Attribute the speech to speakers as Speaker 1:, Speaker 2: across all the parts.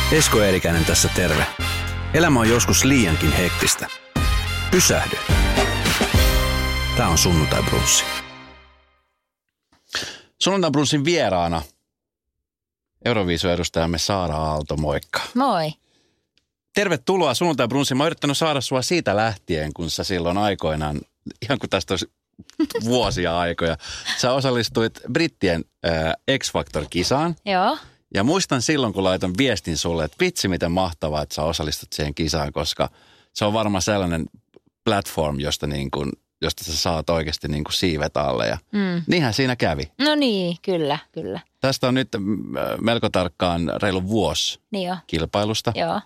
Speaker 1: Esko Eerikäinen tässä terve. Elämä on joskus liiankin hektistä. Pysähdy. Tää on Sunnuntai Brunssi. Sunnuntai Brunssin vieraana Euroviisu-edustajamme Saara Aalto, moikka.
Speaker 2: Moi.
Speaker 1: Tervetuloa Sunnuntai Brunssiin. Mä oon yrittänyt saada sua siitä lähtien, kun sä silloin aikoinaan, ihan kun tästä olisi vuosia aikoja, sä osallistuit brittien X-Factor-kisaan.
Speaker 2: Joo.
Speaker 1: Ja muistan silloin, kun laitan viestin sulle, että vitsi miten mahtavaa, että sä osallistut siihen kisaan, koska se on varmaan sellainen platform, josta sä saat oikeasti niin kuin siivet alle. Ja niinhän siinä kävi.
Speaker 2: No niin, kyllä.
Speaker 1: Tästä on nyt melko tarkkaan reilu vuosi kilpailusta.
Speaker 2: Joo.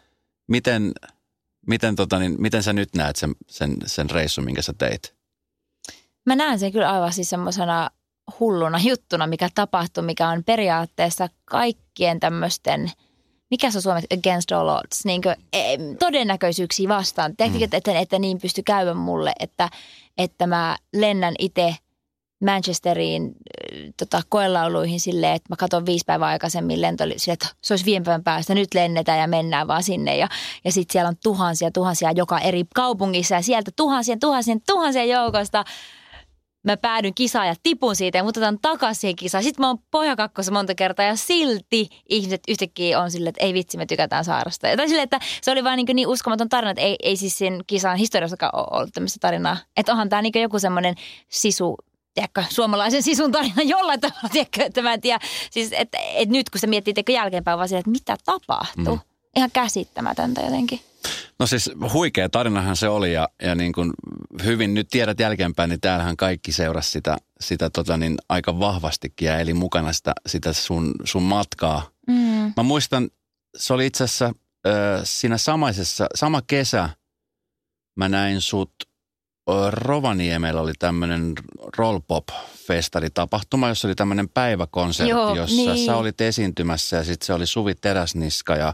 Speaker 1: Miten sä nyt näet sen reissun, minkä sä teit?
Speaker 2: Mä näen sen kyllä aivan siis semmoisena hulluna juttuna, mikä tapahtui, mikä on periaatteessa kaikkien tämmöisten, mikä se on suomeksi, against all odds, niin kuin, todennäköisyyksiä vastaan. Että niin pysty käymään mulle, että mä lennän itse Manchesteriin koelauluihin silleen, että mä katson 5 päivää aikaisemmin silleen, että se olisi 5 päivän päästä, nyt lennetään ja mennään vaan sinne. Ja sitten siellä on tuhansia joka eri kaupungissa ja sieltä tuhansia joukosta. Mä päädyn kisaan ja tipun siitä ja muutetaan takaisin siihen kisaan. Sitten mä oon pohjakakkossa monta kertaa ja silti ihmiset yhtäkkiä on silleen, että ei vitsi, me tykätään Saarasta. Tai silleen, että se oli vaan niin uskomaton tarina, että ei siis sen kisan historiassakaan ole ollut tämmöistä tarinaa. Että onhan tää niin joku semmoinen suomalaisen sisun tarina jollain tavalla, että mä en tiedä. Siis, että nyt kun sä miettii jälkeenpäin vaan silleen, että mitä tapahtuu. Ihan käsittämätöntä jotenkin.
Speaker 1: No siis huikea tarinahan se oli ja niin kuin hyvin nyt tiedät jälkeenpäin, niin täällähän kaikki seurasi sitä aika vahvastikin ja eli mukana sitä sun matkaa. Mä muistan, se oli itse asiassa siinä sama kesä mä näin sut Rovaniemellä oli tämmöinen Rollpop-festaritapahtuma, jossa oli tämmöinen päiväkonsertti, jossa sä olit esiintymässä ja sitten se oli Suvi Teräsniska ja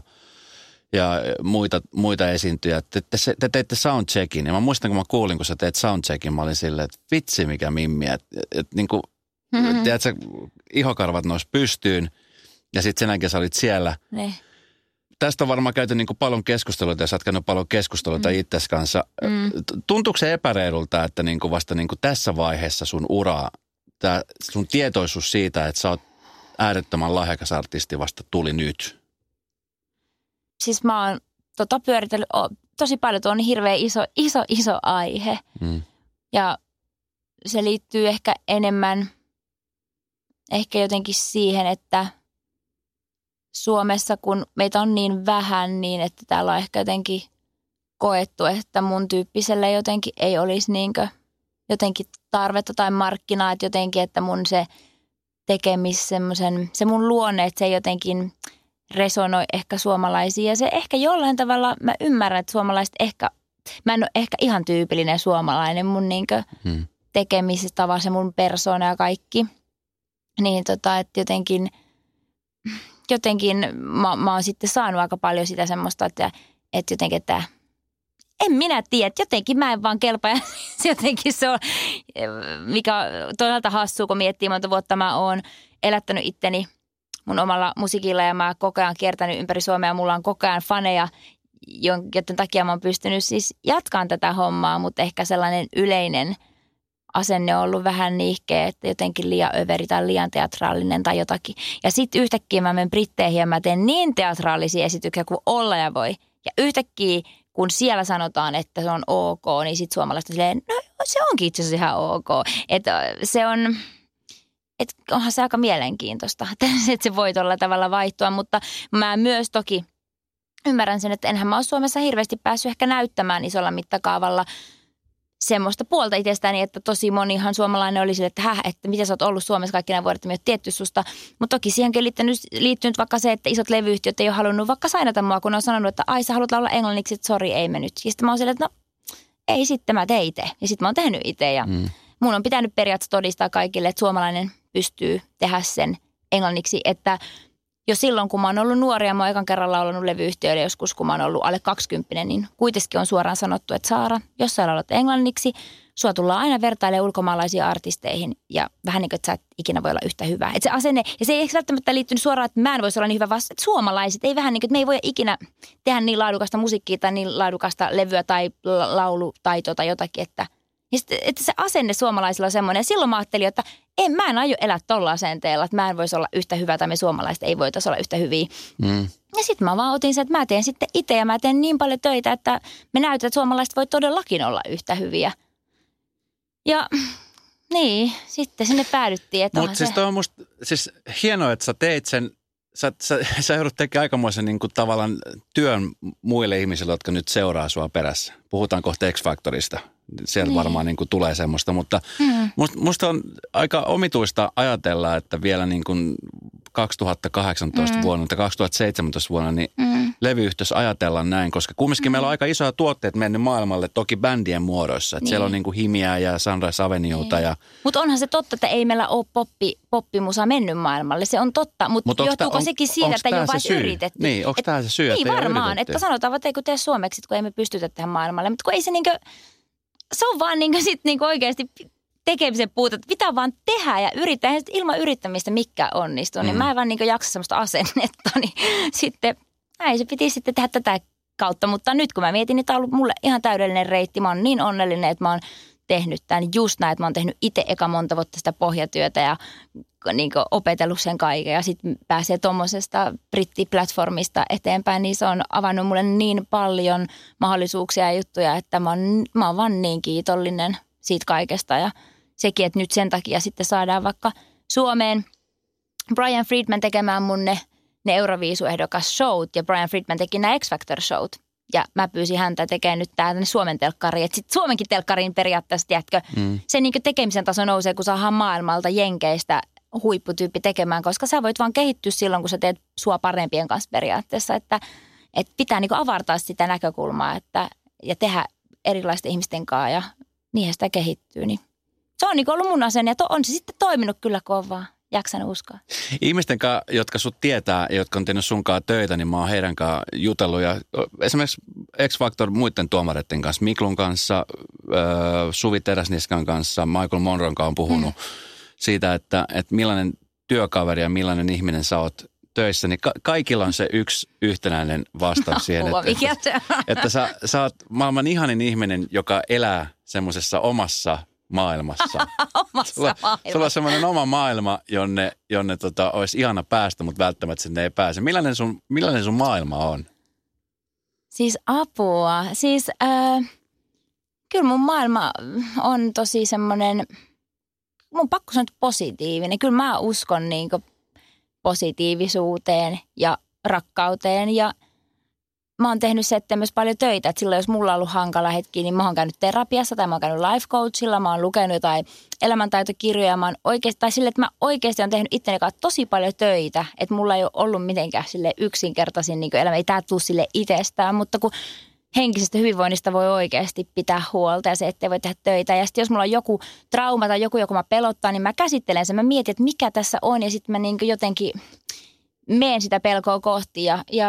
Speaker 1: muita esiintyjä. Te teitte soundcheckin. Ja mä muistan, kun mä kuulin, kun sä teit soundcheckin, mä olin silleen, että vitsi mikä mimmi. Että niin kuin, tiedätkö, ihokarvat nousi pystyyn ja sitten sen jälkeen sä olit siellä. Ne. Tästä on varmaan käyty niin kuin paljon keskusteluita ja sä oot käynyt paljon keskusteluita itsesi kanssa. Tuntuuko se epäreilulta, että niin kuin vasta niin kuin tässä vaiheessa sun uraa, sun tietoisuus siitä, että sä oot äärettömän lahjakas artisti vasta tuli nyt?
Speaker 2: Siis mä oon pyöritellyt tosi paljon, tuo on hirveän iso aihe. Ja se liittyy ehkä enemmän jotenkin siihen, että Suomessa kun meitä on niin vähän, niin että täällä on ehkä jotenkin koettu, että mun tyyppiselle jotenkin ei olisi niinkö jotenkin tarvetta tai markkinaa, että jotenkin, että mun se se mun luonne, että se jotenkin resonoi ehkä suomalaisia ja se ehkä jollain tavalla, mä ymmärrän, että suomalaiset mä en ole ehkä ihan tyypillinen suomalainen mun niinkö tekemisessä tavassa, mun persoona ja kaikki. Niin että jotenkin mä oon sitten saanut aika paljon sitä semmoista, että jotenkin, että en minä tiedä, jotenkin mä en vaan kelpaa ja jotenkin se on, mikä on toisaalta hassua, kun miettii monta vuotta mä oon elättänyt itteni mun omalla musiikilla ja mä koko ajan kiertänyt ympäri Suomea ja mulla on koko ajan faneja, joten takia mä oon pystynyt siis jatkaan tätä hommaa, mutta ehkä sellainen yleinen asenne on ollut vähän niihkeä, että jotenkin liian överi tai liian teatraalinen tai jotakin. Ja sitten yhtäkkiä mä menen Britteihin ja mä teen niin teatraalisia esityksiä kuin olla ja voi. Ja yhtäkkiä kun siellä sanotaan, että se on ok, niin sitten suomalaiset on silleen, no se onkin itse asiassa ihan ok. Että se on, että onhan se aika mielenkiintoista, että se voi tuolla tavalla vaihtua, mutta mä myös toki ymmärrän sen, että enhän mä ole Suomessa hirveästi päässyt ehkä näyttämään isolla mittakaavalla semmoista puolta itsestäni, että tosi monihan suomalainen oli sille, että mitä sä oot ollut Suomessa kaikki nämä vuodet, että me oot tietty susta. Mutta toki siihenkin on liittynyt vaikka se, että isot levyyhtiöt ei ole halunnut vaikka sainata mua, kun on sanonut, että ai sä haluat laulaa englanniksi, että sori ei me nyt. Ja sitten mä oon silleen, että no ei sitten mä tein itse. Ja sitten mä oon tehnyt itse ja mun on pitänyt periaatteessa todistaa kaikille, että suomalainen pystyy tehdä sen englanniksi, että jo silloin, kun mä oon ollut nuoria, mä oon ekan kerran laulanut levyyhtiöille joskus, kun mä oon ollut alle 20, niin kuitenkin on suoraan sanottu, että Saara, jos sä laulat englanniksi, sua tullaan aina vertailemaan ulkomaalaisiin artisteihin ja vähän niin kuin, että sä et ikinä voi olla yhtä hyvä. Että se asenne, ja se ei välttämättä liittynyt suoraan, että mä en voisi olla niin hyvä, vaan että suomalaiset ei vähän niin kuin, että me ei voi ikinä tehdä niin laadukasta musiikkia tai niin laadukasta levyä tai laulutaitoa tai jotakin, että se asenne suomalaisilla on semmoinen. Ja silloin mä ajattelin, että mä en aio elää tolla asenteella, että mä en voisi olla yhtä hyvä tai me suomalaiset ei voitaisi olla yhtä hyviä. Ja sitten mä vaan otin sen, että mä teen sitten itse ja mä teen niin paljon töitä, että me näytetään, että suomalaiset voi todellakin olla yhtä hyviä. Ja niin, sitten sinne päädyttiin.
Speaker 1: Mutta siis toi on musta siis hienoa, että sä teit sen. Sä joudut tekemään aikamoisen niin kuin tavallaan työn muille ihmisille, jotka nyt seuraa sua perässä. Puhutaan kohta X-Factorista. Sieltä varmaan niin kuin tulee semmoista, mutta musta on aika omituista ajatella, että vielä niin kuin 2018 vuonna tai 2017 vuonna niin levyyhtiössä ajatellaan näin, koska kumminkin meillä on aika isoja tuotteet mennyt maailmalle, toki bändien muodoissa. Että siellä on niin kuin Himiä ja Sunrise Avenueta.
Speaker 2: Mutta onhan se totta, että ei meillä ole poppimusa mennyt maailmalle. Se on totta, mutta johtuuko sekin siitä, että ei ole vain yritetty?
Speaker 1: Niin, onko tämä se syy, että
Speaker 2: ei varmaan, että sanotaan, että ei kun tee suomeksi, kun ei me pystytä tähän maailmalle. Mutta kun ei se niinkö, se on vaan niinkö sit niinkö oikeasti tekemisen puute, että pitää vaan tehdä ja yrittää. Ja ilman yrittämistä mikä onnistuu, niin mä en vaan niinkö jaksa semmoista asennetta, niin sitten näin se piti sitten tehdä tätä kautta. Mutta nyt kun mä mietin, niin tämä on ollut mulle ihan täydellinen reitti. Mä oon niin onnellinen, että mä oon tehnyt tämän just näin, että mä oon tehnyt itse eka monta vuotta sitä pohjatyötä ja niin opetellut sen kaiken. Ja sitten pääsee tuommoisesta brittiplatformista eteenpäin, niin se on avannut mulle niin paljon mahdollisuuksia ja juttuja, että mä oon vaan niin kiitollinen siitä kaikesta. Ja sekin, että nyt sen takia sitten saadaan vaikka Suomeen Brian Friedman tekemään mun ne Euroviisu-ehdokas showt ja Brian Friedman teki nämä X-Factor-showt. Ja mä pyysin häntä tekemään nyt tänne Suomen telkkariin. Että sitten Suomenkin telkkariin periaatteessa, tiedätkö, se niin tekemisen taso nousee, kun saadaan maailmalta jenkeistä huipputyyppi tekemään. Koska sä voit vaan kehittyä silloin, kun sä teet sua parempien kanssa periaatteessa. Että pitää niin avartaa sitä näkökulmaa ja tehdä erilaisten ihmisten kanssa ja niinhän sitä kehittyy. Niin se on niin ollut mun asenne ja on se sitten toiminut kyllä kovaa. Jaksan uskoa.
Speaker 1: Ihmisten kanssa, jotka sut tietää ja jotka on tehnyt sunkaan töitä, niin mä oon heidän kanssa jutellut. Ja esimerkiksi X-Factor muiden tuomareiden kanssa, Miklun kanssa, Suvi Teräsniskan kanssa, Michael Monron kanssa on puhunut siitä, että millainen työkaveri ja millainen ihminen sä oot töissä. Niin kaikilla on se yksi yhtenäinen vastaus siihen, että sä oot maailman ihanin ihminen, joka elää semmoisessa omassa maailmassa. Sulla on semmoinen oma maailma, jonne olisi ihana päästä, mutta välttämättä sinne ei pääse. Millainen sun maailma on?
Speaker 2: Siis apua. Siis kyllä mun maailma on tosi semmoinen, mun pakko sanoa positiivinen. Kyllä mä uskon niinku positiivisuuteen ja rakkauteen ja mä oon tehnyt se, että myös paljon töitä, että silloin jos mulla on ollut hankala hetki, niin mä oon käynyt terapiassa tai mä oon käynyt life coachilla, mä oon lukenut jotain elämäntaitokirjoja, mä oon oikeasti, tai sille, että mä oikeasti oon tehnyt itteni kanssa tosi paljon töitä, että mulla ei ole ollut mitenkään sille yksinkertaisin niin elämä, ei tää tule sille itsestään, mutta kun henkisestä hyvinvoinnista voi oikeasti pitää huolta ja se, ettei voi tehdä töitä. Ja sitten jos mulla on joku trauma tai joku mä pelottaa, niin mä käsittelen sen, mä mietin, että mikä tässä on ja sitten mä niin jotenkin meen sitä pelkoa kohti ja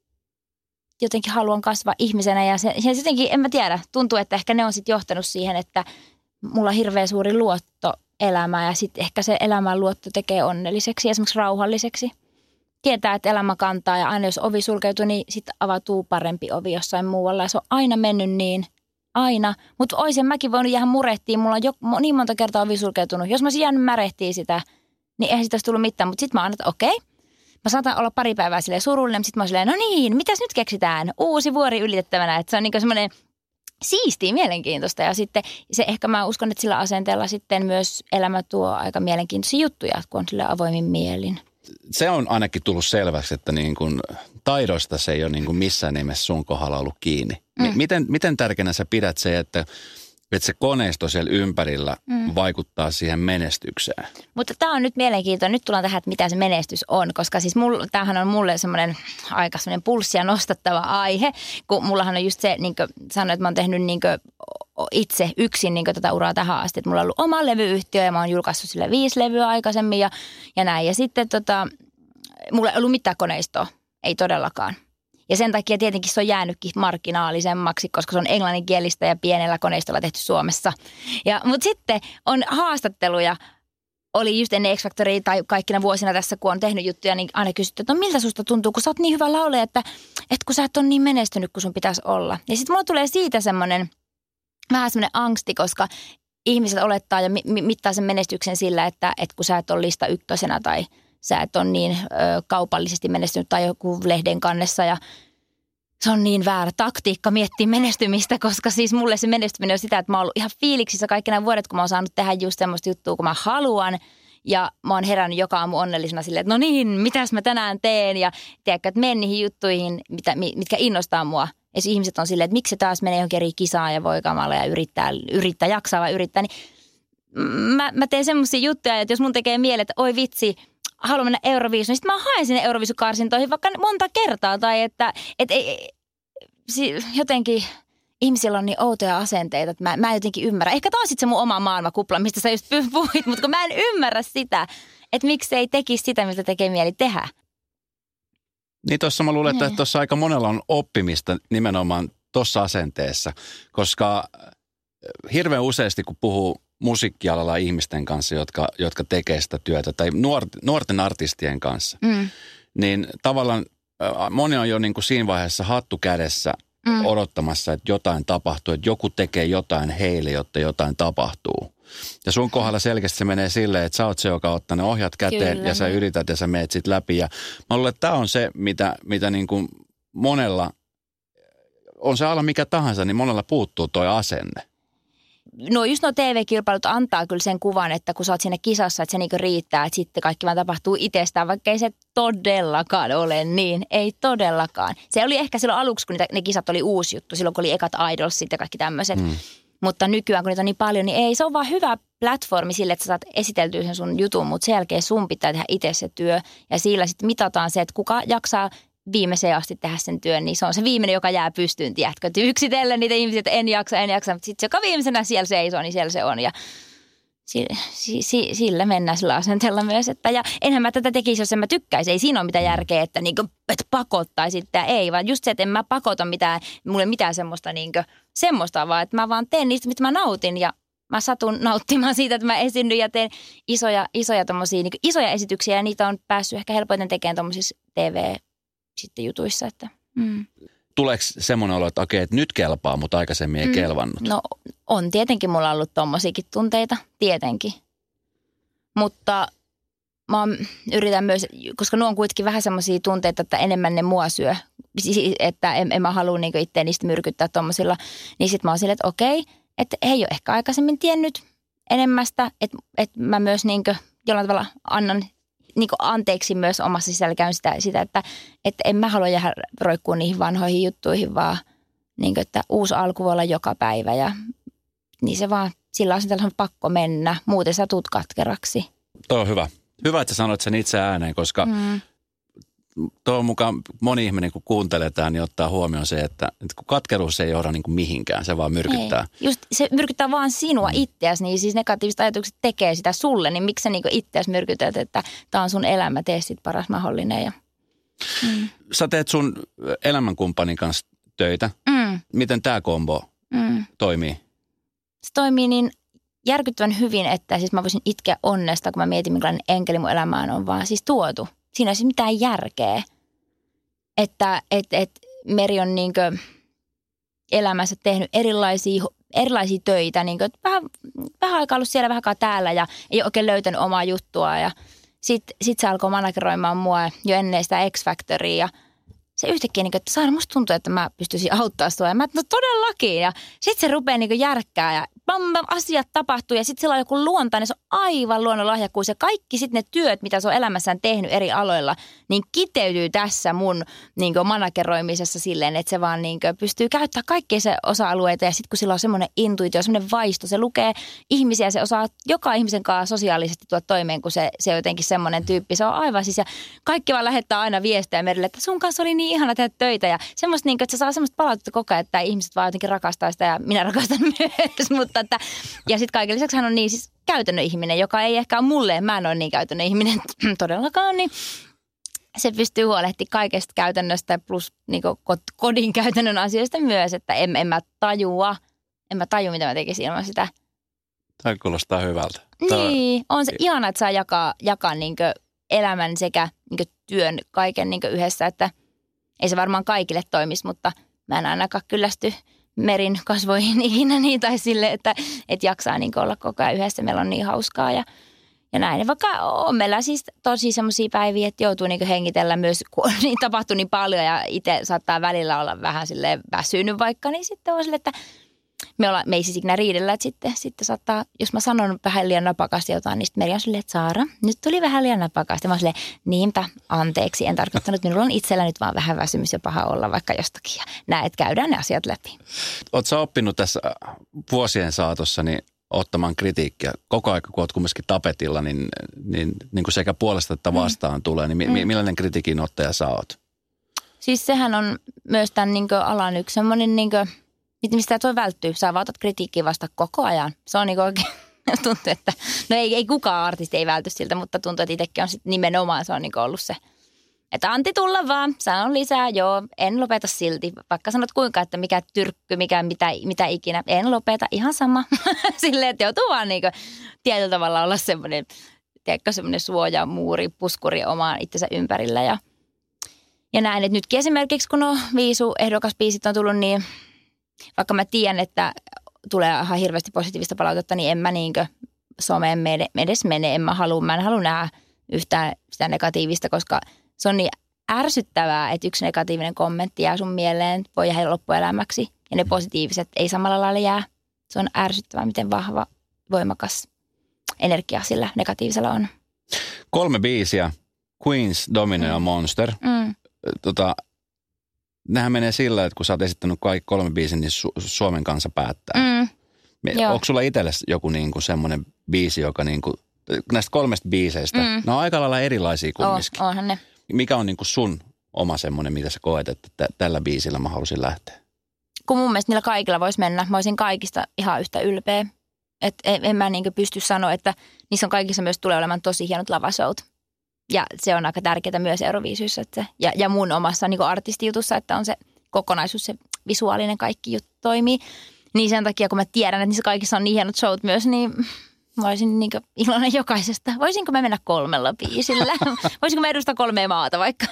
Speaker 2: jotenkin haluan kasvaa ihmisenä ja se jotenkin, en mä tiedä, tuntuu, että ehkä ne on sitten johtanut siihen, että mulla on hirveän suuri luotto elämään ja sitten ehkä se elämän luotto tekee onnelliseksi, esimerkiksi rauhalliseksi. Tietää, että elämä kantaa ja aina jos ovi sulkeutuu, niin sitten avautuu parempi ovi jossain muualla ja se on aina mennyt niin, aina. Mutta oisin mäkin voinut jäädä murehtiin, mulla on niin monta kertaa ovi sulkeutunut. Jos mä olisin jäänyt märehtiin sitä, niin eihän siitä olisi tullut mitään, mutta sitten mä aina, että okei. Mä saatan olla pari päivää silleen surullinen, mutta sitten mä oon silleen, no niin, mitäs nyt keksitään? Uusi vuori ylitettävänä. Että se on niin semmoinen siistiä, mielenkiintoista. Ja sitten se ehkä mä uskon, että sillä asenteella sitten myös elämä tuo aika mielenkiintoisia juttuja, kun on sille avoimin mielin.
Speaker 1: Se on ainakin tullut selväksi, että niin kuin taidosta se ei ole niin kuin missään nimessä sun kohdalla ollut kiinni. Miten tärkeänä sä pidät se, että se koneisto siellä ympärillä vaikuttaa siihen menestykseen? Mutta
Speaker 2: tämä on nyt mielenkiintoinen. Nyt tullaan tähän, että mitä se menestys on, koska siis tämähän on mulle semmoinen aika semmoinen pulssia nostattava aihe, kun mullahan on just se, niin kuin sanoin, että mä oon tehnyt niin kuin itse yksin niin kuin tätä uraa tähän asti, että mulla on ollut oma levyyhtiö ja mä oon julkaissut sille 5 levyä aikaisemmin ja näin. Ja sitten mulla ei ollut mitään koneistoa, ei todellakaan. Ja sen takia tietenkin se on jäänytkin marginaalisemmaksi, koska se on englanninkielistä ja pienellä koneistolla tehty Suomessa. Mutta sitten on haastatteluja, oli just ennen X-Factoria tai kaikkina vuosina tässä, kun on tehnyt juttuja, niin aina kysytty, että no miltä susta tuntuu, kun sä oot niin hyvä laulaja, että kun sä et ole niin menestynyt kuin sun pitäisi olla. Ja sitten mulla tulee siitä vähän semmoinen angsti, koska ihmiset olettaa ja mittaa sen menestyksen sillä, että kun sä et ole lista ykkösenä tai sä et ole niin kaupallisesti menestynyt tai joku lehden kannessa ja se on niin väärä taktiikka miettiä menestymistä, koska siis mulle se menestyminen on sitä, että mä oon ollut ihan fiiliksissä kaikki nämä vuodet, kun mä oon saanut tehdä just semmoista juttua, kun mä haluan. Ja mä oon herännyt joka aamu onnellisena silleen, että no niin, mitäs mä tänään teen? Ja tiedätkö, että menen niihin juttuihin, mitkä innostaa mua. Ja ihmiset on silleen, että miksi se taas menee johonkin eri kisaan ja voikamalla ja yrittää jaksaa vai yrittää. Niin mä teen semmoisia juttuja, että jos mun tekee mieleen, että oi vitsi, haluan mennä Euroviisuun, niin sitten mä haen sinne Euroviisukarsintoihin vaikka monta kertaa. Tai että jotenkin ihmisillä on niin outoja asenteita, että mä en jotenkin ymmärrä. Ehkä taas sitten se mun oma maailmankupla, mistä sä just puhuit, mutta kun mä en ymmärrä sitä, että miksi ei tekisi sitä, mitä tekee mieli tehdä.
Speaker 1: Niin tuossa mä luulen, että tuossa aika monella on oppimista nimenomaan tuossa asenteessa, koska hirveän useasti kun puhuu musiikkialalla ihmisten kanssa, jotka tekee sitä työtä, tai nuorten artistien kanssa, niin tavallaan moni on jo niin kuin siinä vaiheessa hattu kädessä odottamassa, että jotain tapahtuu, että joku tekee jotain heille, jotta jotain tapahtuu. Ja sun kohdalla selkeästi se menee silleen, että sä oot se, joka ottaa ne ohjat käteen. Kyllä. Ja sä yrität ja sä meet sit läpi. Ja mä luulen, että tää on se, mitä niin kuin monella, on se ala mikä tahansa, niin monella puuttuu toi asenne.
Speaker 2: No just TV-kilpailut antaa kyllä sen kuvan, että kun sä oot siinä kisassa, että se niinku riittää, että sitten kaikki vaan tapahtuu itsestään, vaikka ei se todellakaan ole niin. Ei todellakaan. Se oli ehkä silloin aluksi, kun ne kisat oli uusi juttu, silloin kun oli ekat Idolsit ja kaikki tämmöiset. Mutta nykyään, kun niitä on niin paljon, niin ei, se on vaan hyvä platformi sille, että sä saat esiteltyä sen sun jutun, mutta sen jälkeen sun pitää tehdä itse se työ. Ja sillä sitten mitataan se, että kuka jaksaa viimeiseen asti tehdä sen työn, niin se on se viimeinen, joka jää pystyyn, tiedätkö? Yksitellen niitä ihmisiä, että en jaksa, mutta sitten joka viimeisenä siellä seisoo, niin siellä se on. Ja sillä mennään sillä asenteella myös. Ja enhän mä tätä tekisi, jos en mä tykkäisi. Ei siinä ole mitään järkeä, että pakottaisi. Ei, vaan just se, että en mä pakota mulle mitään semmoista, vaan että mä vaan teen niistä, mitä mä nautin. Ja mä satun nauttimaan siitä, että mä esinnyn ja teen isoja tommosia, isoja esityksiä. Ja niitä on päässyt ehkä helpoiten tekemään tommosissa TV-jutuissa.
Speaker 1: Tuleeko semmoinen olo, että okei, että nyt kelpaa, mutta aikaisemmin ei kelvannut?
Speaker 2: No on tietenkin mulla ollut tommosiakin tunteita, tietenkin. Mutta mä yritän myös, koska nuo on kuitenkin vähän semmoisia tunteita, että enemmän ne mua syö. Että en mä halua niinku itseä niistä myrkyttää tommosilla. Niin sit mä oon silleen, että okei, että he ei ole ehkä aikaisemmin tiennyt enemmästä. Että mä myös niinku jollain tavalla annan niinku anteeksi myös omassa sisällä käyn sitä että en mä halua jäädä roikkuu niihin vanhoihin juttuihin, vaan niinku, että uusi alku voi olla joka päivä ja niin se vaan, sillä on pakko mennä, muuten sä tuut katkeraksi.
Speaker 1: Toi on hyvä. Hyvä, että sä sanoit sen itse ääneen, koska tuon mukaan moni ihminen, kun kuuntelee tämän, niin ottaa huomioon se, että kun katkeruus ei johda niin kuin mihinkään, se vaan myrkyttää.
Speaker 2: Ei. Just se myrkyttää vaan sinua itseäsi, niin siis negatiiviset ajatukset tekee sitä sulle, niin miksi sä niin kuin itseäsi myrkytät, että tää on sun elämä, tee sit paras mahdollinen.
Speaker 1: Sä teet sun elämänkumppanin kanssa töitä. Miten tää kombo toimii?
Speaker 2: Se toimii niin järkyttävän hyvin, että siis mä voisin itkeä onnesta, kun mä mietin, minkälainen enkeli mun elämään on vaan siis tuotu. Siinä ei siis mitään järkeä, että Meri on niinkö elämässä tehnyt erilaisia töitä, niinkö, että vähän aikaa ollut siellä, vähän aikaa täällä ja ei ole oikein löytänyt omaa juttua. Ja sit se alkoi manageroimaan mua jo ennen sitä X-Factoria ja se yhtäkkiä, että Saara, musta tuntuu, että mä pystyisin auttaa sua. Ja mä, no todellakin. Ja sit se rupeaa järkkää ja asiat tapahtuu. Ja sit sillä on joku luontainen, se on aivan luonnonlahjakkuus. Ja kaikki sit ne työt, mitä se on elämässään tehnyt eri aloilla, niin kiteytyy tässä mun manageroimisessa silleen, että se vaan pystyy käyttämään kaikkia se osa-alueita. Ja sit kun sillä on semmoinen intuitio, semmoinen vaisto, se lukee ihmisiä, se osaa joka ihmisen kanssa sosiaalisesti tuoda toimeen, kun se on jotenkin semmoinen tyyppi. Se on aivan siis, ja kaikki vaan lähettää aina viestejä Merille, että sun kanssa oli niin ihana tehdä töitä ja semmoista, että se saa semmoista palautetta koko ajan, että ihmiset vaan jotenkin rakastaa sitä ja minä rakastan myös, mutta että, ja sitten kaiken lisäksi hän on niin siis käytännön ihminen, joka ei ehkä ole mulle, mä en ole niin käytännön ihminen todellakaan, niin se pystyy huolehtimaan kaikesta käytännöstä plus niinku kodin käytännön asioista myös, että en mä tajua, mitä mä tekisin ilman sitä.
Speaker 1: Tämä kuulostaa hyvältä.
Speaker 2: Niin, on se ihana, että saa jakaa niinku elämän sekä niinku työn kaiken niinku yhdessä, että ei se varmaan kaikille toimisi, mutta mä en ainakaan kyllästy merin kasvoihin ikinä niin tai sille, että jaksaa niinku olla koko ajan yhdessä. Meillä on niin hauskaa ja näin. Vaikka on meillä siis tosi semmoisia päiviä, että joutuu niinku hengitellä myös, kun niin tapahtuu niin paljon ja itse saattaa välillä olla vähän silleen väsynyt vaikka, niin sitten on silleen, että me ei siis ikinä riidellä, että sitten saattaa, jos mä sanon vähän liian napakasti jotain, niin sitten Meri on silleen, että Saara, nyt tuli vähän liian napakasti. Mä oon silleen, niinpä, anteeksi, en tarkoittanut, minulla on itsellä nyt vaan vähän väsymys ja paha olla vaikka jostakin. Ja näet, käydään ne asiat läpi.
Speaker 1: Ootko sä oppinut tässä vuosien saatossa niin ottamaan kritiikkiä koko ajan, kun oot kumminkin tapetilla, niin kuin sekä puolesta että vastaan tulee, niin millainen kritiikin ottaja sä oot? Siis
Speaker 2: sehän on myös tämän niin alan yksi semmoinen niin mistä et voi välttyä. Sä vaatat kritiikkiä vasta koko ajan. Se on niin oikein, tuntuu, että no ei kukaan artisti ei välty siltä, mutta tuntuu, että itsekin on sit nimenomaan se on niin ollut se. Että Antti tulla vaan, sano lisää, joo, en lopeta silti. Vaikka sanot kuinka, että mikä tyrkky, mitä ikinä, en lopeta, ihan sama. Silleen, että joutuu vaan niin tietyllä tavalla olla semmoinen, tiedätkö, semmoinen suojamuuri, puskuri omaan itsensä ympärillä. Ja näin, että nytkin esimerkiksi kun on Viisu-ehdokasbiisit on tullut, niin vaikka mä tiedän, että tulee ihan hirveästi positiivista palautetta, niin en mä niinkö someen edes mene. Mä en halua nähdä yhtään sitä negatiivista, koska se on niin ärsyttävää, että yksi negatiivinen kommentti jää sun mieleen, voi jäädä loppuelämäksi. Ja ne positiiviset ei samalla lailla jää. Se on ärsyttävää, miten vahva, voimakas energia sillä negatiivisella on.
Speaker 1: 3 biisiä, Queens, Domino ja Monster. Nehän menee sillä, että kun sä oot esittänyt kaikki 3 biisin, niin Suomen kanssa päättää. Onko sulla itsellesi joku niinku semmoinen biisi, joka niinku, näistä 3 biiseistä, ne on aika lailla erilaisia kumminkin.
Speaker 2: Onhan ne.
Speaker 1: Mikä on niinku sun oma semmoinen, mitä sä koet, että tällä biisillä mä halusin lähteä?
Speaker 2: Kun mun mielestä niillä kaikilla voisi mennä. Mä olisin kaikista ihan yhtä ylpeä. Että en mä niinku pysty sanoa, että niissä on kaikissa myös tulee olemaan tosi hienot lavashowt. Ja se on aika tärkeää myös Euroviisuissa ja mun omassa niin kuin artistijutussa, että on se kokonaisuus, se visuaalinen kaikki juttu toimii. Niin sen takia, kun mä tiedän, että niissä kaikissa on niin hienot showt myös, niin mä olisin niin kuin iloinen jokaisesta. Voisinko mä mennä 3 biisillä? Voisinko mä edustaa 3 maata vaikka?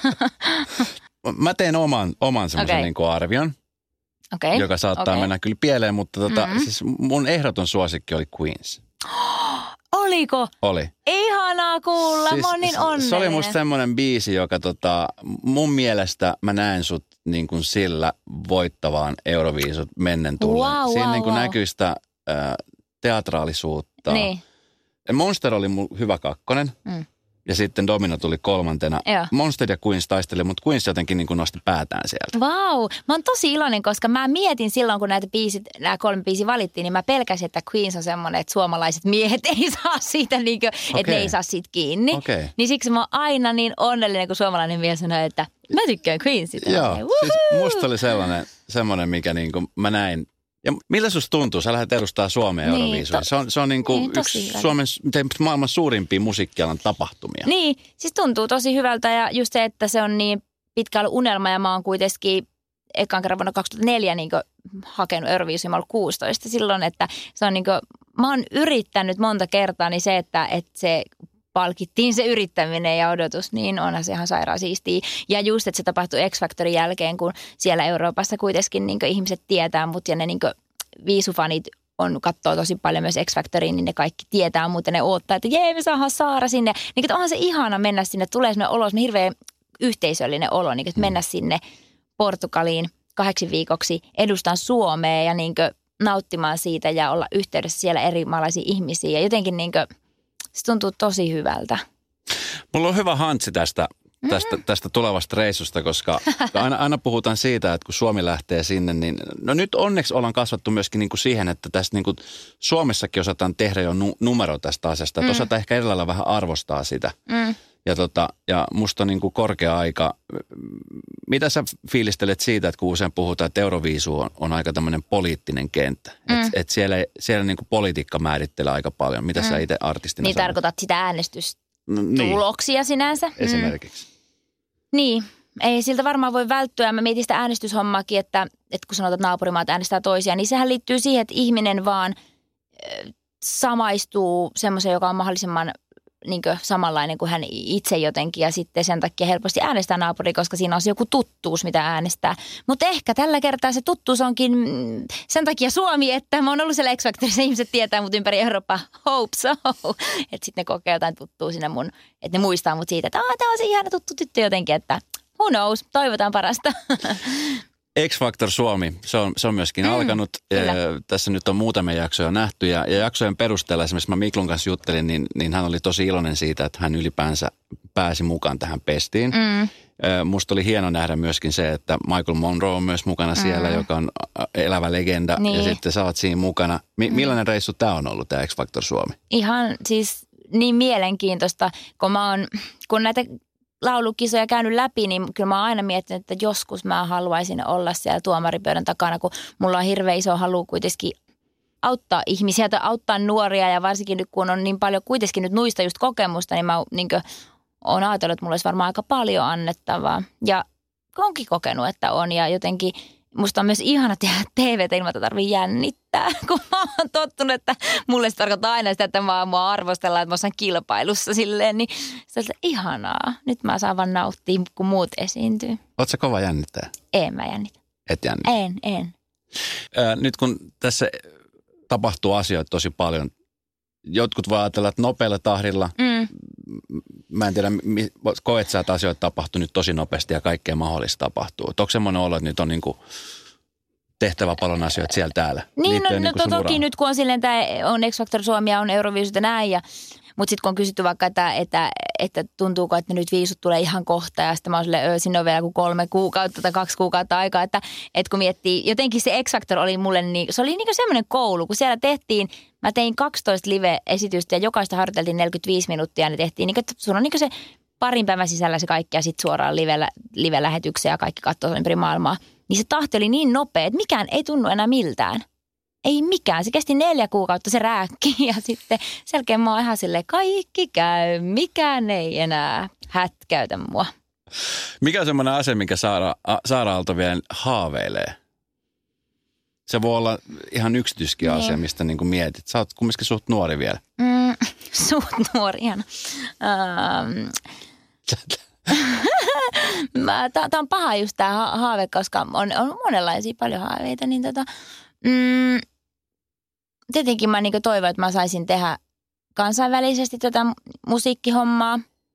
Speaker 1: Mä teen oman semmoisen niin kuin arvion, joka saattaa mennä kyllä pieleen, mutta siis mun ehdoton suosikki oli Queens.
Speaker 2: Oliko?
Speaker 1: Oli.
Speaker 2: Ihanaa kuulla, siis, mä oon niin onnellinen.
Speaker 1: Se oli musta semmoinen biisi, joka mun mielestä mä näen sut niin kuin sillä voittavaan Euroviisut mennen tulleen. Siinä niin kuin näkyy sitä teatraalisuutta. Niin. Monster oli mun hyvä 2. Ja sitten Domino tuli 3. Joo. Monster ja Queens taisteli, mutta Queens jotenkin niin kuin nosti päätään sieltä.
Speaker 2: Vau, mä oon tosi iloinen, koska mä mietin silloin, kun nämä 3 biisiä valittiin, niin mä pelkäsin, että Queens on semmoinen, että suomalaiset miehet ei saa siitä, niin kuin, että ne ei saa siitä kiinni. Niin siksi mä oon aina niin onnellinen, kun suomalainen mies sanoo, että mä tykkään Queensista.
Speaker 1: Joo, siis musta oli semmoinen, mikä niin kuin mä näin. Ja miltä susta tuntuu? Sä lähdet edustaa Suomea Euroviisuissa. Se on niin kuin yksi Suomen maailman suurimpia musiikkialan tapahtumia. Niin,
Speaker 2: siis tuntuu tosi hyvältä ja just se, että se on niin pitkä ollut unelma ja mä oon kuitenkin ekan kerran vuonna 2004 niin kuin hakenut Euroviisuja, mä oon 16 silloin, että se on niin kuin, mä oon yrittänyt monta kertaa, niin se, että se palkittiin se yrittäminen ja odotus, niin onhan se ihan sairaan siistiä. Ja just, että se tapahtui X-Factorin jälkeen, kun siellä Euroopassa kuitenkin niin ihmiset tietää mut ja ne niin viisufanit katsoo tosi paljon myös X-Factoriin, niin ne kaikki tietää mut ja ne odottaa, että jee, me saadaan Saara sinne. Niin, että onhan se ihana mennä sinne, tulee sellainen olo, sellainen hirveän yhteisöllinen olo, niin, että mennä sinne Portugaliin 8 viikoksi, edustan Suomea ja niin nauttimaan siitä ja olla yhteydessä siellä eri maalaisia ihmisiä ja jotenkin niin se tuntuu tosi hyvältä.
Speaker 1: Mulla on hyvä hantsi tästä tulevasta reissusta, koska aina puhutaan siitä, että kun Suomi lähtee sinne, niin no nyt onneksi ollaan kasvattu myöskin niin kuin siihen, että tässä niin kuin Suomessakin osataan tehdä jo numero tästä asiasta. Että osataan ehkä eri lailla vähän arvostaa sitä. Ja musta on niin kuin korkea aika. Mitä sä fiilistelet siitä, että kun usein puhutaan, että Euroviisu on aika tämmöinen poliittinen kenttä. Että siellä niin kuin politiikka määrittelee aika paljon. Mitä sä itse artistina
Speaker 2: niin sanot? Tarkoitat sitä äänestystuloksia sinänsä?
Speaker 1: Esimerkiksi.
Speaker 2: Niin, ei siltä varmaan voi välttyä. Mä mietin sitä äänestyshommaakin, että kun sanotaan, että naapurimaat äänestää toisiaan, niin sehän liittyy siihen, että ihminen vaan samaistuu semmoisen, joka on mahdollisimman niin kuin samanlainen kuin hän itse jotenkin ja sitten sen takia helposti äänestää naapuri, koska siinä on se joku tuttuus, mitä äänestää. Mutta ehkä tällä kertaa se tuttuus onkin sen takia Suomi, että mä oon ollut siellä X-Factorissa, ihmiset tietää mut ympäri Eurooppaa, hope so. Että sitten ne kokee jotain tuttua sinne mun, että ne muistaa mut siitä, että tää on se ihana tuttu tyttö jotenkin, että who knows, toivotaan parasta.
Speaker 1: X-Factor Suomi, se on myöskin alkanut. Tässä nyt on muutamia jaksoja nähty ja jaksojen perusteella esimerkiksi mä Miklun kanssa juttelin, niin hän oli tosi iloinen siitä, että hän ylipäänsä pääsi mukaan tähän pestiin. Musta oli hieno nähdä myöskin se, että Michael Monroe on myös mukana siellä, joka on elävä legenda ja sitten sä oot siinä mukana. Millainen reissu tää on ollut, tää X-Factor Suomi? Ihan
Speaker 2: siis niin mielenkiintoista, kun näitä laulukisoja käynyt läpi, niin kyllä mä oon aina miettinyt, että joskus mä haluaisin olla siellä tuomaripöydän takana, kun mulla on hirveän iso halu kuitenkin auttaa ihmisiä tai auttaa nuoria ja varsinkin nyt kun on niin paljon kuitenkin nyt nuista just kokemusta, niin mä oon ajatellut, että mulla olisi varmaan aika paljon annettavaa ja onkin kokenut, että on ja jotenkin musta on myös ihana tehdä TVtä ilman, että tarvii jännittää, kun mä oon tottunut, että mulle se tarkoittaa aina sitä, että mua arvostellaan, että mä osaan kilpailussa silleen, niin se on ihanaa. Nyt mä saan vaan nauttia, kun muut esiintyy.
Speaker 1: Ootko sä kova jännittää?
Speaker 2: En mä jännitä.
Speaker 1: Et jännitä?
Speaker 2: En.
Speaker 1: Nyt kun tässä tapahtuu asioita tosi paljon, jotkut voi ajatella, että nopealla tahdilla, mä en tiedä, koet sä, että asioita tapahtuu nyt tosi nopeasti ja kaikkea mahdollista tapahtuu. Onko semmoinen olo, että nyt on niinku tehtävä paljon asioita siellä täällä?
Speaker 2: Niin, toki nyt kun on silleen, tämä on X-Factor Suomi ja on Euroviisut ja näin, mutta sitten kun on kysytty vaikka, että tuntuuko, että nyt viisut tulee ihan kohta ja sitten mä oon silleen, sinne on vielä kuin 3 kuukautta tai 2 kuukautta aikaa, että kun miettii, jotenkin se X-Factor oli mulle, se oli niinku semmoinen koulu, kun siellä mä tein 12 live-esitystä ja jokaista harjoiteltiin 45 minuuttia ja ne tehtiin, niin että sun on niin se parin päivän sisällä se kaikki ja sitten suoraan live-lähetykseen ja kaikki katsoo ympäri maailmaa. Niin se tahti oli niin nopea, että mikään ei tunnu enää miltään. Ei mikään. Se kesti 4 kuukautta, se rääkki ja sitten selkeä mä oon ihan silleen, kaikki käy, mikään ei enää hätkäytä mua.
Speaker 1: Mikä on semmoinen asia, minkä Saara Aalto vielä haaveilee? Se voi olla ihan yksityiskin asia, mistä niin kuin mietit. Sä oot kumminkin suht nuori vielä.
Speaker 2: Suht nuori, ihana. Tämä on paha just tämä haave, koska on monenlaisia paljon haaveita. Niin tietenkin mä niin toivon, että mä saisin tehdä kansainvälisesti tätä musiikkihommaa.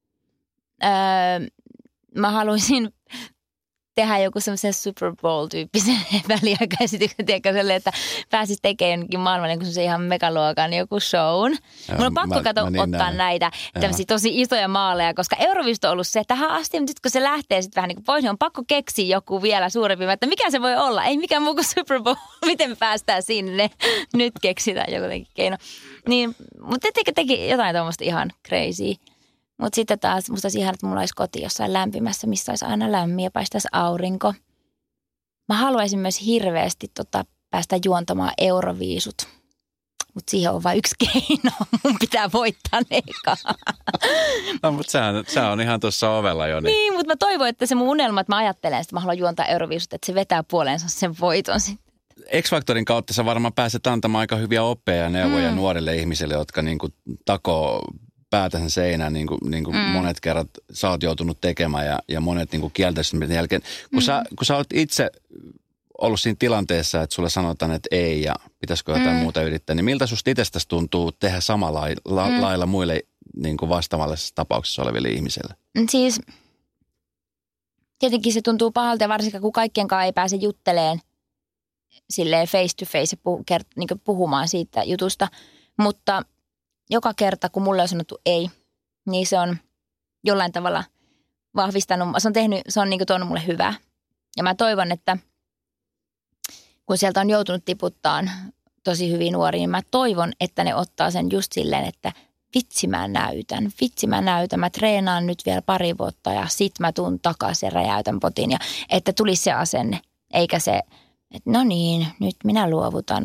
Speaker 2: Mä haluaisin tehdä joku semmoisen Super Bowl-tyyppisen väliaikaesityksen, että pääsisi tekemään jonnekin maailman niin semmoisen ihan megaluokan joku shown. Mun on pakko ottaa näitä tämmöisiä tosi isoja maaleja, koska Euroviisut on ollut se tähän asti, mutta nyt kun se lähtee sitten vähän niin kuin pois, niin on pakko keksiä joku vielä suurempi, että mikä se voi olla? Ei mikään muu kuin Super Bowl. Miten me päästään sinne? Nyt keksitään joku keino. Niin, mutta teki jotain tuommoista ihan crazy. Mutta sitten taas musta olisi ihan, että mulla olisi koti jossain lämpimässä, missä olisi aina lämmin ja paistaisi aurinko. Mä haluaisin myös hirveästi päästä juontamaan Euroviisut. Mutta siihen on vain yksi keino. Mun pitää voittaa ne eka.
Speaker 1: No, mutta se on ihan tuossa ovella jo.
Speaker 2: Niin, mutta mä toivon, että se mun unelma, että mä ajattelen, että mä haluan juontaa Euroviisut, että se vetää puoleensa sen voiton sitten.
Speaker 1: X-Factorin kautta sä varmaan pääset antamaan aika hyviä oppeja ja neuvoja nuorille ihmisille, jotka niinku takoo päätänsä seinään, niin kuin monet kerrat sä oot joutunut tekemään ja monet niin kielteisen jälkeen. Kun sä oot itse ollut siinä tilanteessa, että sulle sanotaan, että ei ja pitäisikö jotain muuta yrittää, niin miltä susta itsestäsi tuntuu tehdä samalla lailla muille niin kuin vastaavallisessa tapauksessa oleville ihmisille?
Speaker 2: Siis tietenkin se tuntuu pahalta ja varsinkin kun kaikkien kanssa ei pääse jutteleen silleen face to face niin puhumaan siitä jutusta, mutta joka kerta, kun mulle on sanottu ei, niin se on jollain tavalla vahvistanut. Se on niin kuin tuonut mulle hyvää. Ja mä toivon, että kun sieltä on joutunut tiputtaan tosi hyvin nuoria, niin mä toivon, että ne ottaa sen just silleen, että vitsi mä näytän. Mä treenaan nyt vielä 2 vuotta ja sit mä tuun takaisin ja räjäytän potin. Ja että tulisi se asenne, eikä se, että no niin, nyt minä luovutan, kun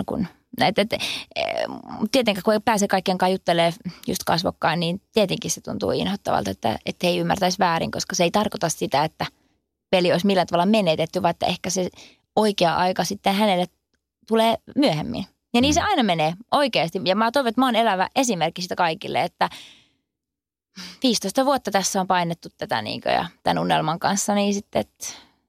Speaker 2: Tietenkään kun ei pääse kaikkien kanssa juttelemaan just kasvokkaan, niin tietenkin se tuntuu inhottavalta, että he ei ymmärtäisi väärin, koska se ei tarkoita sitä, että peli olisi millään tavalla menetetty, vaan että ehkä se oikea aika sitten hänelle tulee myöhemmin. Ja niin se aina menee oikeasti. Ja mä toivon, että mä oon elävä esimerkki sitä kaikille, että 15 vuotta tässä on painettu tätä ja tämän unelman kanssa, niin sitten että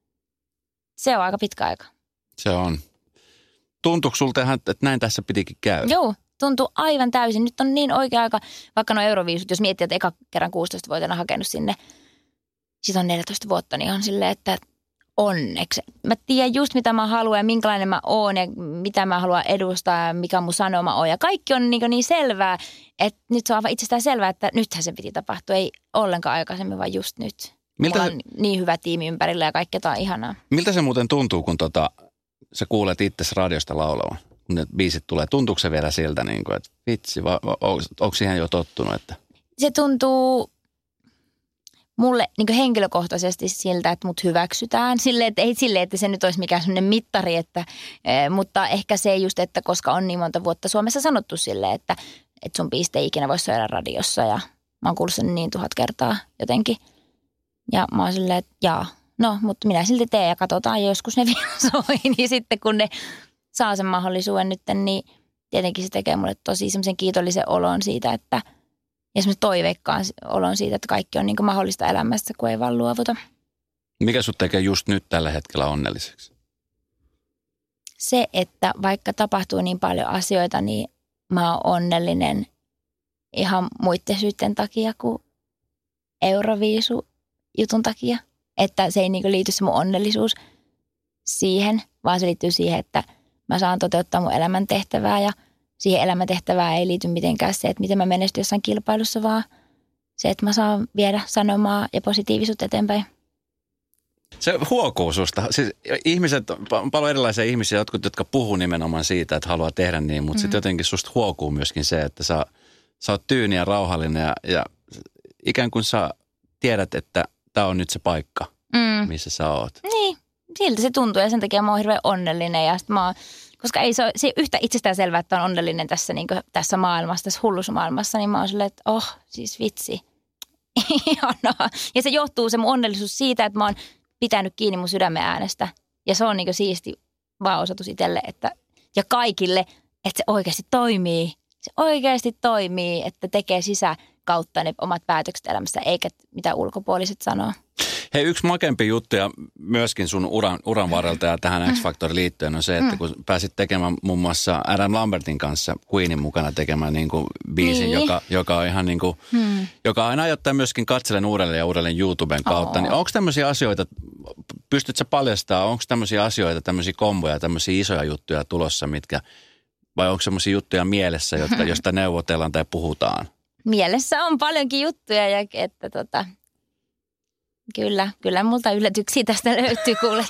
Speaker 2: se on aika pitkä aika.
Speaker 1: Se on. Tuntuuko sulta, että näin tässä pitikin käydä?
Speaker 2: Joo, tuntuu aivan täysin. Nyt on niin oikea aika, vaikka nuo Euroviisut, jos miettii, että eka kerran 16-vuotiaana hakenut sinne, sit on 14 vuotta, niin on silleen, että onneksi. Mä tiedän just mitä mä haluan ja minkälainen mä oon ja mitä mä haluan edustaa ja mikä mun sanoma on. Ja kaikki on niin selvää, että nyt se on aivan itsestään selvää, että nythän se piti tapahtua. Ei ollenkaan aikaisemmin, vaan just nyt. Mulla on niin hyvä tiimi ympärillä ja kaikkea on ihanaa.
Speaker 1: Miltä se muuten tuntuu, kun sä kuulet itse radiosta laulavan? Kun ne biisit tulee, tuntuuko se vielä siltä, että vitsi, onko siihen jo tottunut? Että...
Speaker 2: Se tuntuu mulle henkilökohtaisesti siltä, että mut hyväksytään. Ei silleen, että se nyt olisi mikään sellainen mittari, mutta ehkä se just, että koska on niin monta vuotta Suomessa sanottu silleen, että sun biisit ei ikinä voi soida radiossa ja mä oon kuullut sen niin 1000 kertaa jotenkin. Ja mä oon silleen, että mutta minä silti teen ja katsotaan ja joskus ne vielä soi, niin sitten kun ne saa sen mahdollisuuden nyt, niin tietenkin se tekee mulle tosi semmoisen kiitollisen olon siitä, että ja semmoisen toiveikkaan olon siitä, että kaikki on mahdollista elämässä, kun ei vaan luovuta.
Speaker 1: Mikä sut tekee just nyt tällä hetkellä onnelliseksi?
Speaker 2: Se, että vaikka tapahtuu niin paljon asioita, niin mä oon onnellinen ihan muiden syytten takia kuin Euroviisu-jutun takia. Että se ei liity se mun onnellisuus siihen, vaan se liittyy siihen, että mä saan toteuttaa mun elämäntehtävää ja siihen elämäntehtävään ei liity mitenkään se, että miten mä menestyn jossain kilpailussa, vaan se, että mä saan viedä sanomaa ja positiivisuutta eteenpäin.
Speaker 1: Se huokuu susta. Siis ihmiset, on paljon erilaisia ihmisiä, jotka puhuu nimenomaan siitä, että haluaa tehdä niin, mutta sitten jotenkin susta huokuu myöskin se, että sä oot tyyni ja rauhallinen ja ikään kuin sä tiedät, että tää on nyt se paikka, missä sä oot. Niin,
Speaker 2: siltä se tuntuu ja sen takia mä oon hirveän onnellinen ja sitten mä oon, koska ei se ole yhtä itsestään selvää, että on onnellinen tässä maailmassa, tässä hullussa maailmassa, niin mä oon silleen, että siis vitsi, ihanaa. Ja se johtuu se mun onnellisuus siitä, että mä oon pitänyt kiinni mun sydämen äänestä ja se on siisti vaan osoitus itselle, ja kaikille, että se oikeasti toimii. Se oikeasti toimii, että tekee kautta ne omat päätökset elämässä, eikä mitä ulkopuoliset sanoo.
Speaker 1: Hei, yksi makempi juttu ja myöskin sun uran varrelta ja tähän X-Factor liittyen on se, että kun pääsit tekemään muun muassa Adam Lambertin kanssa Queenin mukana tekemään biisin, joka on ihan joka aina ajoittaa myöskin katselen uudelleen YouTuben kautta. Niin onko tämmöisiä asioita, pystyt sä paljastamaan, onko tämmöisiä asioita, tämmöisiä komboja, tämmöisiä isoja juttuja tulossa, vai onko semmoisia juttuja mielessä, josta neuvotellaan tai puhutaan?
Speaker 2: Mielessä on paljonkin juttuja ja että kyllä multa yllätyksiä tästä löytyy kuule.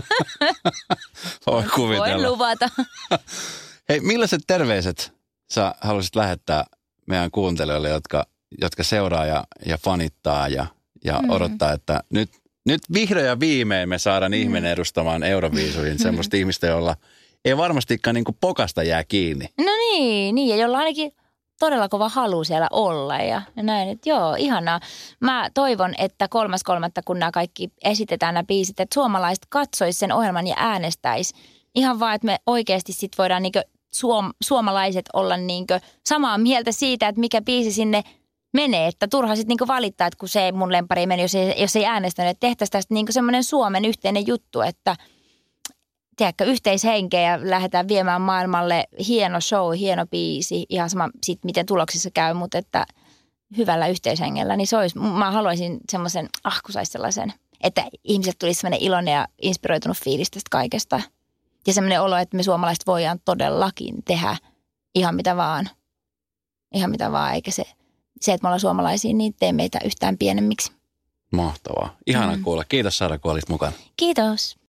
Speaker 1: Voi kuvitella.
Speaker 2: Voin luvata.
Speaker 1: Hei, millaiset terveiset sä haluaisit lähettää meidän kuuntelijoille, jotka seuraa ja fanittaa ja odottaa, että nyt vihdoin ja viimein me saadaan ihminen edustamaan Euroviisuihin semmoista ihmistä, jolla ei varmastikaan pokasta jää kiinni.
Speaker 2: No niin, ja jolla ainakin todella kova halu siellä olla ja näin, että joo, ihanaa. Mä toivon, että 3.3. kun nämä kaikki esitetään nämä biisit, että suomalaiset katsois sen ohjelman ja äänestäis. Ihan vaan, että me oikeasti sit voidaan suomalaiset olla samaa mieltä siitä, että mikä biisi sinne menee. Että turha sitten valittaa, että kun se mun lemppari meni, jos ei äänestänyt, että tehtäisiin tästä semmoinen Suomen yhteinen juttu, että tiedätkö, yhteishenkeä ja lähdetään viemään maailmalle hieno show, hieno biisi, ihan sama sit miten tuloksissa käy, mutta että hyvällä yhteishengellä, niin se olisi, mä haluaisin semmoisen, kun saisi sellaisen, että ihmiset tulisi semmoinen iloinen ja inspiroitunut fiilis tästä kaikesta. Ja semmoinen olo, että me suomalaiset voidaan todellakin tehdä ihan mitä vaan, eikä se että me ollaan suomalaisia, niin tee meitä yhtään pienemmiksi.
Speaker 1: Mahtavaa. Ihana kuulla. Kiitos Sara, kun olit mukana.
Speaker 2: Kiitos.